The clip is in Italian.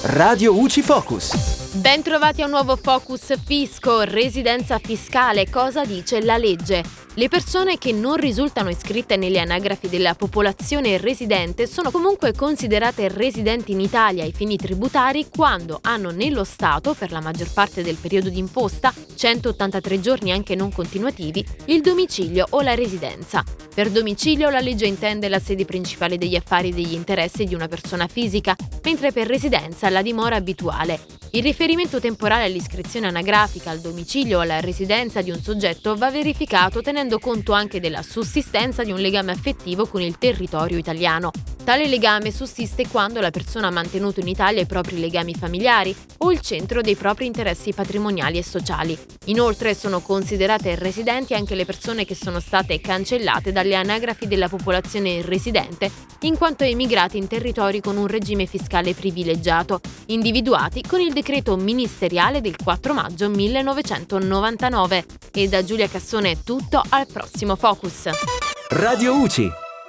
Radio UCI Focus. Ben trovati a un nuovo Focus Fisco, residenza fiscale, cosa dice la legge? Le persone che non risultano iscritte nelle anagrafi della popolazione residente sono comunque considerate residenti in Italia ai fini tributari quando hanno nello Stato, per la maggior parte del periodo d'imposta, 183 giorni anche non continuativi, il domicilio o la residenza. Per domicilio la legge intende la sede principale degli affari e degli interessi di una persona fisica, mentre per residenza la dimora abituale. Il riferimento temporale all'iscrizione anagrafica al domicilio o alla residenza di un soggetto va verificato tenendo conto anche della sussistenza di un legame affettivo con il territorio italiano. Tale legame sussiste quando la persona ha mantenuto in Italia i propri legami familiari o il centro dei propri interessi patrimoniali e sociali. Inoltre sono considerate residenti anche le persone che sono state cancellate dalle anagrafi della popolazione residente in quanto emigrati in territori con un regime fiscale privilegiato, individuati con il decreto ministeriale del 4 maggio 1999. E da Giulia Cassone è tutto, al prossimo Focus. Radio UCI.